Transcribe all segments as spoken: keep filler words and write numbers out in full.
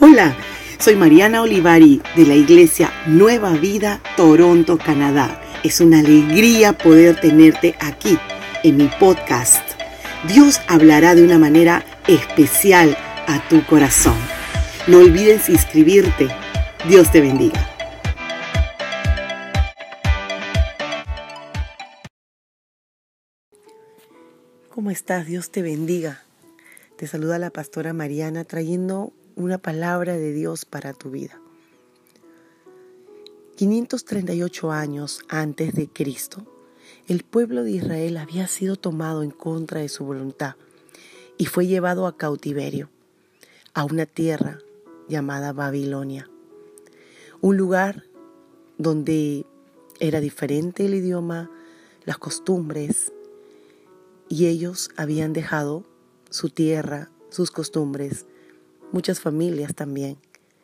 Hola, soy Mariana Olivari de la Iglesia Nueva Vida, Toronto, Canadá. Es una alegría poder tenerte aquí en mi podcast. Dios hablará de una manera especial a tu corazón. No olvides inscribirte. Dios te bendiga. ¿Cómo estás? Dios te bendiga. Te saluda la pastora Mariana trayendo una palabra de Dios para tu vida. quinientos treinta y ocho años antes de Cristo, el pueblo de Israel había sido tomado en contra de su voluntad y fue llevado a cautiverio, a una tierra llamada Babilonia, un lugar donde era diferente el idioma, las costumbres, y ellos habían dejado su tierra, sus costumbres, muchas familias también.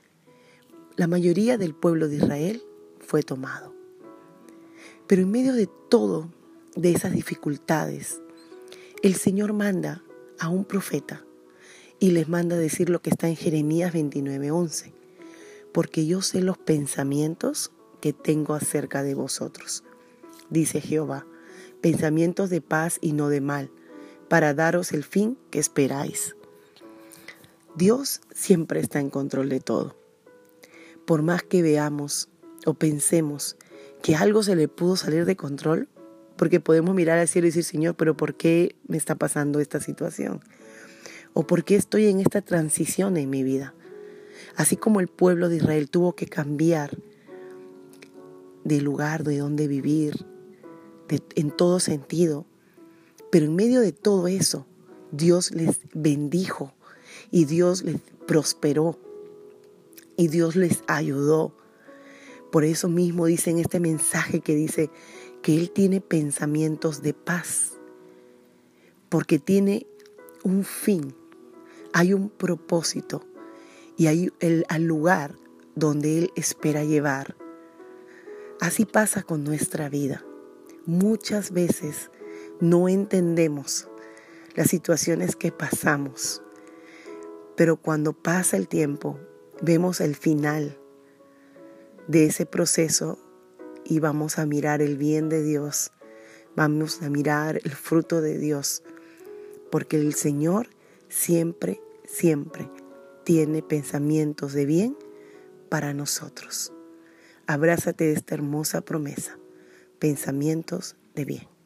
La mayoría del pueblo de Israel fue tomado. Pero en medio de todo, de esas dificultades, el Señor manda a un profeta y les manda decir lo que está en Jeremías veintinueve once. Porque yo sé los pensamientos que tengo acerca de vosotros, dice Jehová, pensamientos de paz y no de mal, para daros el fin que esperáis. Dios siempre está en control de todo. Por más que veamos o pensemos que algo se le pudo salir de control, porque podemos mirar al cielo y decir, Señor, pero ¿por qué me está pasando esta situación? ¿O por qué estoy en esta transición en mi vida? Así como el pueblo de Israel tuvo que cambiar de lugar, de donde vivir, de, en todo sentido, pero en medio de todo eso, Dios les bendijo y Dios les prosperó y Dios les ayudó. Por eso mismo dice en este mensaje que dice que Él tiene pensamientos de paz, porque tiene un fin, hay un propósito y hay el al lugar donde Él espera llevar. Así pasa con nuestra vida. Muchas veces no entendemos las situaciones que pasamos, pero cuando pasa el tiempo, vemos el final de ese proceso y vamos a mirar el bien de Dios, vamos a mirar el fruto de Dios, porque el Señor siempre, siempre tiene pensamientos de bien para nosotros. Abrázate de esta hermosa promesa, pensamientos de bien.